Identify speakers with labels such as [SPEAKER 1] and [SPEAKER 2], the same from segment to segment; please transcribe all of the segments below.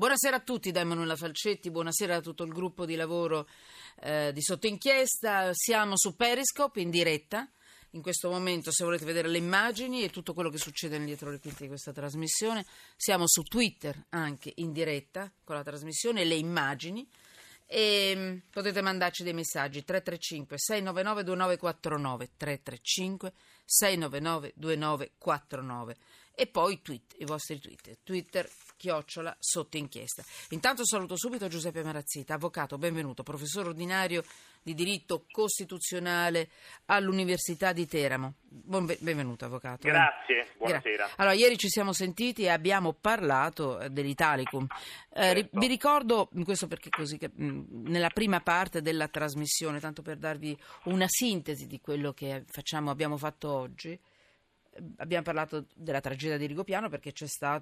[SPEAKER 1] Buonasera a tutti da Emanuela Falcetti, buonasera a tutto il gruppo di lavoro di Sotto Inchiesta. Siamo su Periscope in diretta. In questo momento, se volete vedere le immagini e tutto quello che succede dietro le quinte di questa trasmissione, siamo su Twitter anche in diretta con la trasmissione e le immagini. E potete mandarci dei messaggi 335 699 2949 335 699 2949 e poi i vostri Twitter @ Sotto Inchiesta. Intanto saluto subito Giuseppe Marazzita, avvocato, benvenuto, professore ordinario di diritto costituzionale all'Università di Teramo. Benvenuto, avvocato.
[SPEAKER 2] Grazie, buonasera.
[SPEAKER 1] Allora, ieri ci siamo sentiti e abbiamo parlato dell'Italicum.
[SPEAKER 2] Certo.
[SPEAKER 1] Vi ricordo, questo perché così che nella prima parte della trasmissione, tanto per darvi una sintesi di quello che abbiamo fatto oggi, abbiamo parlato della tragedia di Rigopiano perché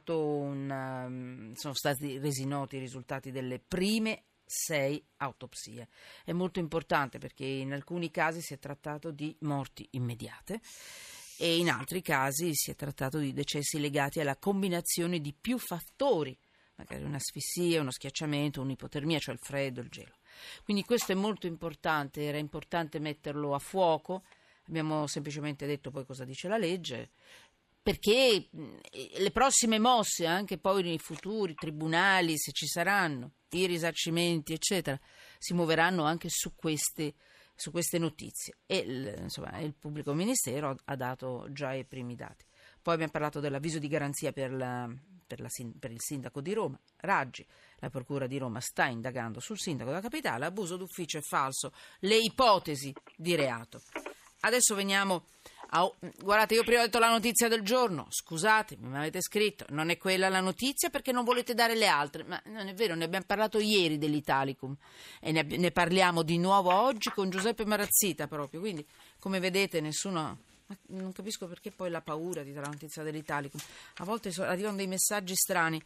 [SPEAKER 1] sono stati resi noti i risultati delle prime 6 autopsie. È molto importante perché in alcuni casi si è trattato di morti immediate e in altri casi si è trattato di decessi legati alla combinazione di più fattori, magari un'asfissia, uno schiacciamento, un'ipotermia, cioè il freddo, il gelo. Quindi questo è molto importante, era importante metterlo a fuoco. Abbiamo semplicemente detto poi cosa dice la legge, perché le prossime mosse, anche poi nei futuri tribunali, se ci saranno, i risarcimenti, eccetera, si muoveranno anche su queste notizie. E il pubblico ministero ha dato già i primi dati. Poi abbiamo parlato dell'avviso di garanzia per il sindaco di Roma, Raggi. La procura di Roma sta indagando sul sindaco della capitale, abuso d'ufficio e falso, le ipotesi di reato. Adesso veniamo guardate, io prima ho detto la notizia del giorno, scusatemi, mi avete scritto, non è quella la notizia perché non volete dare le altre, ma non è vero, ne abbiamo parlato ieri dell'Italicum e ne parliamo di nuovo oggi con Giuseppe Marazzita proprio, quindi come vedete non capisco perché poi la paura di dare la notizia dell'Italicum, a volte arrivano dei messaggi strani.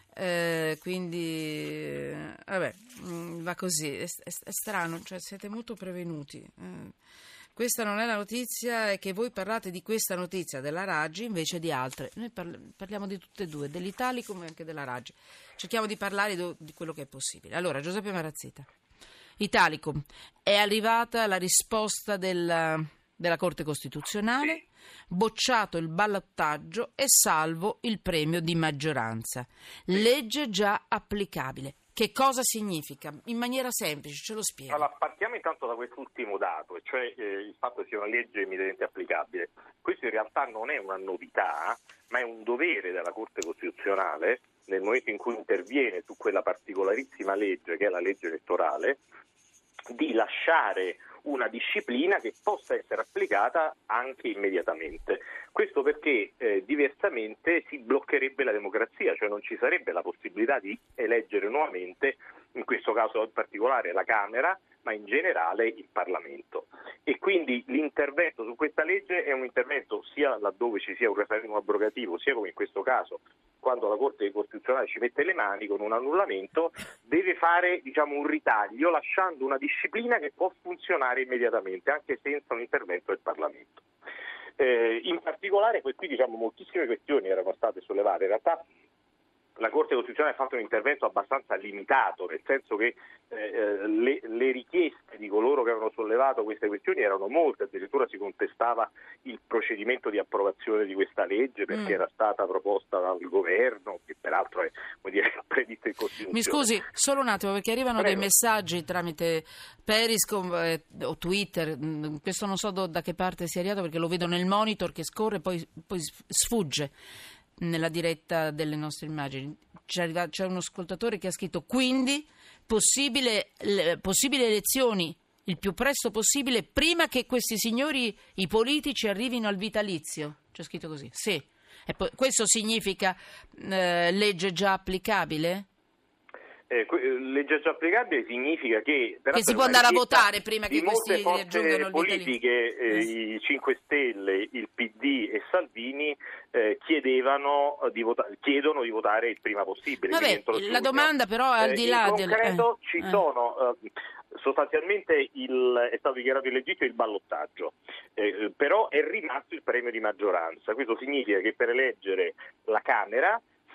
[SPEAKER 1] Quindi vabbè, va così, è strano, cioè siete molto prevenuti. Questa non è la notizia, è che voi parlate di questa notizia della Raggi invece di altre. Noi parliamo di tutte e due, dell'Italicum e anche della Raggi. Cerchiamo di parlare di quello che è possibile. Allora, Giuseppe Marazzita, Italicum, è arrivata la risposta della Corte Costituzionale, bocciato il ballottaggio e salvo il premio di maggioranza. Legge già applicabile. Che cosa significa? In maniera semplice, ce lo spiego.
[SPEAKER 2] Allora, partiamo intanto da quest'ultimo dato, cioè il fatto che sia una legge immediatamente applicabile. Questo in realtà non è una novità, ma è un dovere della Corte Costituzionale, nel momento in cui interviene su quella particolarissima legge che è la legge elettorale, di lasciare una disciplina che possa essere applicata anche immediatamente. Questo perché diversamente si bloccherebbe la democrazia, cioè non ci sarebbe la possibilità di eleggere nuovamente, in questo caso in particolare la Camera, ma in generale il Parlamento. E quindi l'intervento su questa legge è un intervento sia laddove ci sia un referendum abrogativo, sia come in questo caso, quando la Corte Costituzionale ci mette le mani con un annullamento, deve fare un ritaglio lasciando una disciplina che può funzionare immediatamente anche senza un intervento del Parlamento. In particolare qui moltissime questioni erano state sollevate. In realtà la Corte Costituzionale ha fatto un intervento abbastanza limitato, nel senso che le richieste di coloro che avevano sollevato queste questioni erano molte, addirittura si contestava il procedimento di approvazione di questa legge perché era stata proposta dal governo, che peraltro è previsto in Costituzione.
[SPEAKER 1] Mi scusi, solo un attimo, perché arrivano dei messaggi tramite Periscope o Twitter, questo non so da che parte sia arrivato perché lo vedo nel monitor che scorre e poi sfugge nella diretta delle nostre immagini. C'è uno ascoltatore che ha scritto: quindi possibile elezioni il più presto possibile prima che questi signori, i politici, arrivino al vitalizio. C'è scritto così, sì. E poi, questo significa legge già applicabile?
[SPEAKER 2] Legge già applicabile significa che
[SPEAKER 1] si può andare a votare prima che questi raggiungano il
[SPEAKER 2] politiche, i 5 Stelle, il PD e Salvini chiedono di votare il prima possibile.
[SPEAKER 1] Vabbè, la domanda però al di là
[SPEAKER 2] in concreto ci sono sostanzialmente è stato dichiarato illegittimo il ballottaggio, però è rimasto il premio di maggioranza. Questo significa che per eleggere la Camera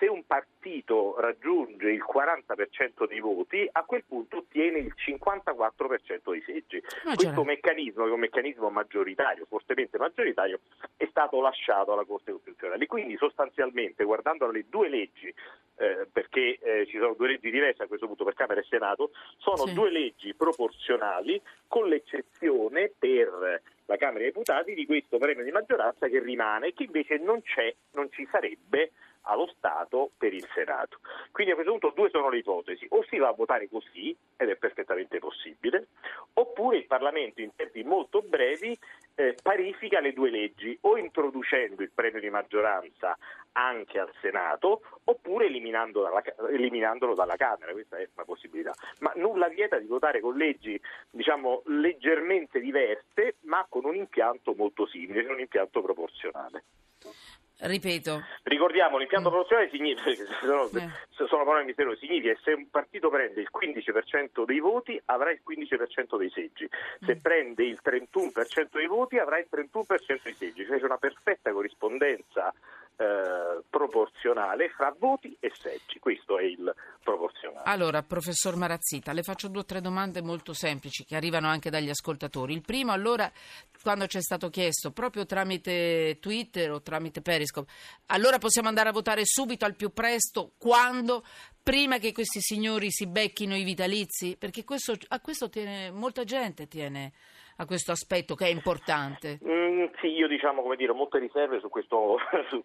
[SPEAKER 2] se un partito raggiunge il 40% dei voti, a quel punto ottiene il 54% dei seggi. Questo meccanismo, che è un meccanismo maggioritario, fortemente maggioritario, è stato lasciato alla Corte Costituzionale. Quindi sostanzialmente, guardando le due leggi, perché ci sono due leggi diverse a questo punto per Camera e Senato, sono due leggi proporzionali, con l'eccezione per la Camera dei Deputati di questo premio di maggioranza che rimane e che invece non ci sarebbe allo Stato per il Senato. Quindi a questo punto due sono le ipotesi: o si va a votare così, ed è perfettamente possibile, oppure il Parlamento in tempi molto brevi parifica le due leggi, o introducendo il premio di maggioranza anche al Senato, oppure eliminandolo dalla Camera. Questa è una possibilità, ma nulla vieta di votare con leggi, diciamo, leggermente diverse, ma con un impianto molto simile, un impianto proporzionale.
[SPEAKER 1] Ripeto.
[SPEAKER 2] Ricordiamo, l'impianto proporzionale significa, sono parole misteriose, significa che se un partito prende il 15% dei voti avrà il 15% dei seggi, se prende il 31% dei voti avrà il 31% dei seggi, cioè c'è una perfetta corrispondenza proporzionale fra voti e seggi. Questo è il proporzionale.
[SPEAKER 1] Allora, professor Marazzita, le faccio 2 o 3 domande molto semplici che arrivano anche dagli ascoltatori. Il primo, allora, quando ci è stato chiesto proprio tramite Twitter o tramite Periscope, allora possiamo andare a votare subito, al più presto, quando? Prima che questi signori si becchino i vitalizi? Perché a questo molta gente tiene a questo aspetto che è importante.
[SPEAKER 2] Sì, io ho molte riserve su questo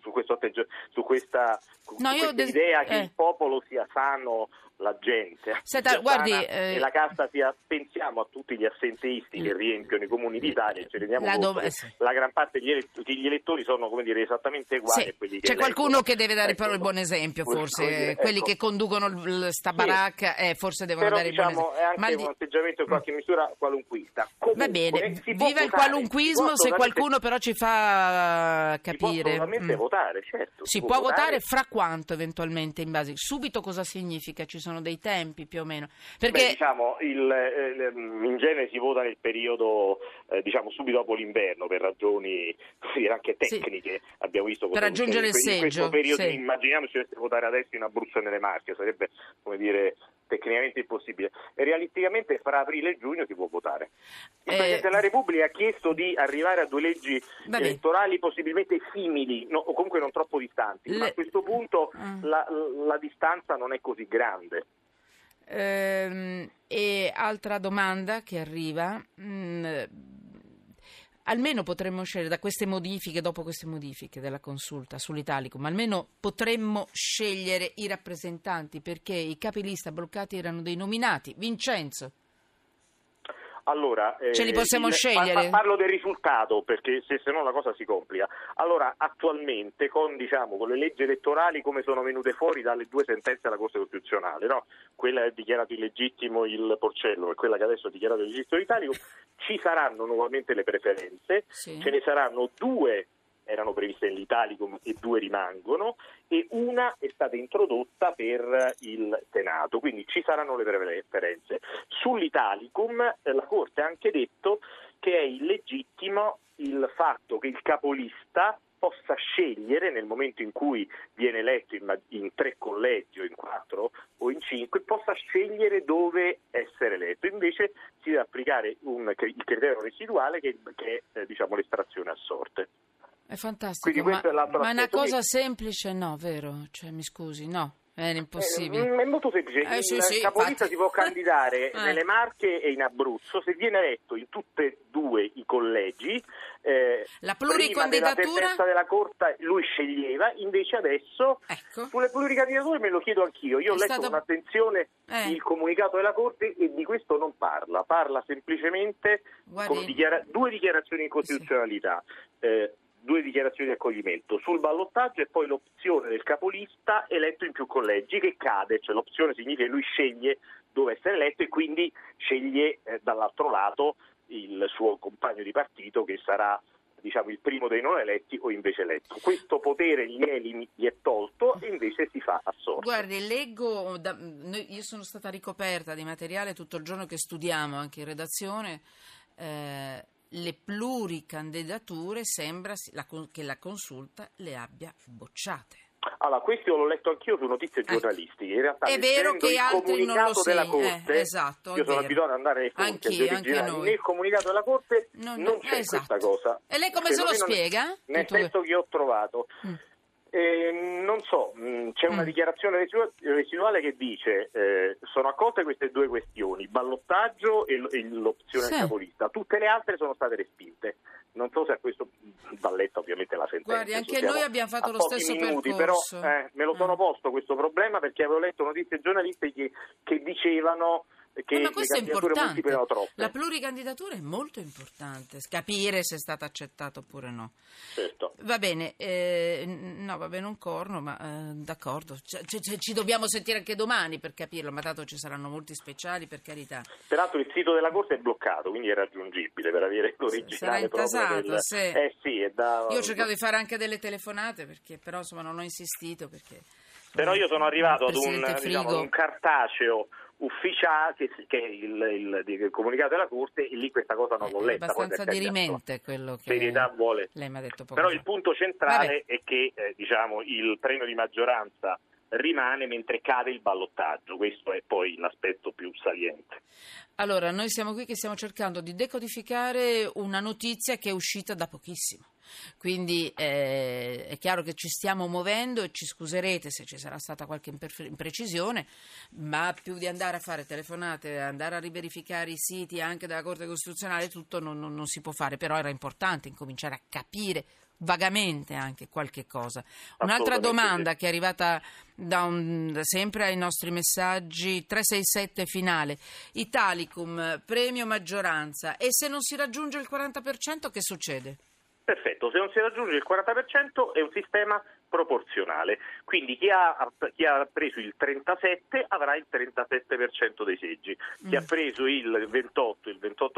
[SPEAKER 2] su questa idea che il popolo sia sano, la gente
[SPEAKER 1] Senta, guardi,
[SPEAKER 2] e la casta sia. Pensiamo a tutti gli assenteisti che riempiono i comuni d'Italia e ci rendiamo conto che la gran parte degli elettori sono, esattamente uguali a quelli che
[SPEAKER 1] c'è qualcuno che deve dare però il buon esempio, forse quelli che conducono sta baracca forse devono dare il buon esempio.
[SPEAKER 2] È anche un atteggiamento in qualche misura qualunquista. Comunque,
[SPEAKER 1] va bene, viva il qualunquismo, se qualcuno però ci fa capire.
[SPEAKER 2] Si può assolutamente votare, certo.
[SPEAKER 1] Si può votare fra quanto eventualmente, in base? Subito cosa significa? Ci sono dei tempi più o meno? Perché
[SPEAKER 2] in genere si vota nel periodo subito dopo l'inverno, per ragioni anche tecniche. Abbiamo visto
[SPEAKER 1] per raggiungere il seggio.
[SPEAKER 2] In questo periodo immaginiamo si dovesse votare adesso in Abruzzo e nelle Marche, sarebbe tecnicamente impossibile. E realisticamente fra aprile e giugno si può votare. Il Presidente della Repubblica ha chiesto di arrivare a 2 leggi elettorali possibilmente simili, o comunque non troppo distanti, ma a questo punto la distanza non è così grande.
[SPEAKER 1] E altra domanda che arriva, almeno potremmo scegliere da queste modifiche, dopo queste modifiche della consulta sull'Italicum, almeno potremmo scegliere i rappresentanti, perché i capilista bloccati erano dei nominati. Vincenzo.
[SPEAKER 2] Allora,
[SPEAKER 1] ce li possiamo scegliere?
[SPEAKER 2] Parlo del risultato, perché se no la cosa si complica. Allora, attualmente con le leggi elettorali come sono venute fuori dalle 2 sentenze della Corte Costituzionale, no? Quella che ha dichiarato illegittimo il Porcellum e quella che adesso ha dichiarato illegittimo l'Italicum, ci saranno nuovamente le preferenze, ce ne saranno 2 erano previste nell'Italicum e 2 rimangono, e una è stata introdotta per il Senato, quindi ci saranno le preferenze. Sull'Italicum la Corte ha anche detto che è illegittimo il fatto che il capolista possa scegliere, nel momento in cui viene eletto in 3 collegi o in 4 o in 5, possa scegliere dove essere eletto. Invece si deve applicare il criterio residuale che è l'estrazione a sorte.
[SPEAKER 1] È fantastico, ma è una cosa semplice? No, vero? Mi scusi, no, è impossibile.
[SPEAKER 2] È molto semplice, il capolista si può candidare nelle Marche e in Abruzzo, se viene eletto in tutte e 2 i collegi.
[SPEAKER 1] La pluricandidatura?
[SPEAKER 2] Prima della sentenza della Corte lui sceglieva, invece adesso sulle pluricandidature me lo chiedo anch'io. Io ho letto con attenzione il comunicato della Corte e di questo non parla semplicemente con 2 dichiarazioni di costituzionalità. 2 dichiarazioni di accoglimento sul ballottaggio e poi l'opzione del capolista eletto in più collegi che cade, cioè l'opzione significa che lui sceglie dove essere eletto e quindi sceglie dall'altro lato il suo compagno di partito che sarà il primo dei non eletti o invece eletto. Questo potere gli è tolto e invece si fa a sorte.
[SPEAKER 1] Guardi, leggo, io sono stata ricoperta di materiale tutto il giorno che studiamo anche in redazione. Le pluricandidature sembra che la consulta le abbia bocciate.
[SPEAKER 2] Allora, questo l'ho letto anch'io su notizie giornalistiche. In realtà,
[SPEAKER 1] è vero che
[SPEAKER 2] il
[SPEAKER 1] altri non lo
[SPEAKER 2] comunicato della
[SPEAKER 1] seguono.
[SPEAKER 2] Corte,
[SPEAKER 1] Esatto,
[SPEAKER 2] io sono abituato ad andare alle fonti
[SPEAKER 1] anche noi.
[SPEAKER 2] nel comunicato della Corte non c'è
[SPEAKER 1] esatto.
[SPEAKER 2] questa cosa.
[SPEAKER 1] E lei come se lo spiega?
[SPEAKER 2] Nel testo che ho trovato. Non so, c'è una dichiarazione residuale che dice sono accolte queste due questioni, ballottaggio e l'opzione del capolista, tutte le altre sono state respinte. Non so se a questo va letta ovviamente la sentenza.
[SPEAKER 1] Guardi, anche noi abbiamo fatto lo stesso
[SPEAKER 2] percorso. Però me lo sono posto questo problema perché avevo letto notizie giornalistiche che dicevano che
[SPEAKER 1] ma questo
[SPEAKER 2] le
[SPEAKER 1] è
[SPEAKER 2] candidature multiple erano troppe.
[SPEAKER 1] La pluricandidatura è molto importante, capire se è stata accettata oppure no.
[SPEAKER 2] Certo.
[SPEAKER 1] Va bene, no, va bene un corno, ma d'accordo. Ci dobbiamo sentire anche domani per capirlo, ma tanto ci saranno molti speciali, per carità.
[SPEAKER 2] Peraltro il sito della Corte è bloccato, quindi è raggiungibile per avere l'originale.
[SPEAKER 1] Sarà intasato,
[SPEAKER 2] sì, è da...
[SPEAKER 1] Io ho cercato di fare anche delle telefonate, però insomma non ho insistito.
[SPEAKER 2] Però io sono arrivato ad un cartaceo ufficiale che è il comunicato della Corte, e lì questa cosa non l'ho letta.
[SPEAKER 1] È abbastanza dirimente quello che
[SPEAKER 2] serietà vuole.
[SPEAKER 1] Lei mi ha detto poco
[SPEAKER 2] Però
[SPEAKER 1] fa.
[SPEAKER 2] il punto centrale è che il premio di maggioranza rimane mentre cade il ballottaggio. Questo è poi l'aspetto più saliente.
[SPEAKER 1] Allora, noi siamo qui che stiamo cercando di decodificare una notizia che è uscita da pochissimo. Quindi è chiaro che ci stiamo muovendo e ci scuserete se ci sarà stata qualche imprecisione, ma più di andare a fare telefonate, andare a riverificare i siti anche della Corte Costituzionale, tutto non si può fare, però era importante incominciare a capire vagamente anche qualche cosa. Un'altra domanda che è arrivata sempre ai nostri messaggi 367 finale: Italicum, premio maggioranza, e se non si raggiunge il 40% che succede?
[SPEAKER 2] Perfetto, se non si raggiunge il 40% è un sistema proporzionale, quindi chi ha preso il 37 avrà il 37% dei seggi, chi ha preso il 28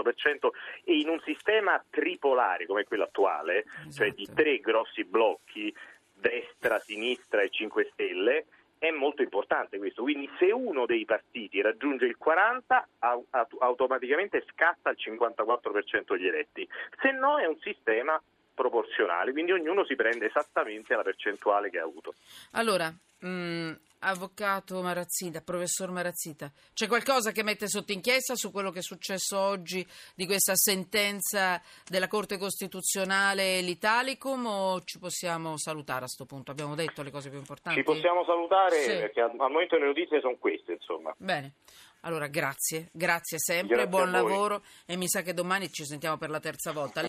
[SPEAKER 2] e in un sistema tripolare come quello attuale, cioè di 3 grossi blocchi, destra, sinistra e 5 Stelle, è molto importante questo, quindi se uno dei partiti raggiunge il 40 automaticamente scatta il 54% degli eletti, se no è un sistema proporzionale, quindi ognuno si prende esattamente la percentuale che ha avuto.
[SPEAKER 1] Allora, avvocato Marazzita, professor Marazzita, c'è qualcosa che mette sotto inchiesta su quello che è successo oggi di questa sentenza della Corte Costituzionale, l'Italicum, o ci possiamo salutare a sto punto? Abbiamo detto le cose più importanti?
[SPEAKER 2] Ci possiamo salutare perché al momento le notizie sono queste, insomma.
[SPEAKER 1] Bene. Allora, grazie sempre, buon lavoro, e mi sa che domani ci sentiamo per la terza volta.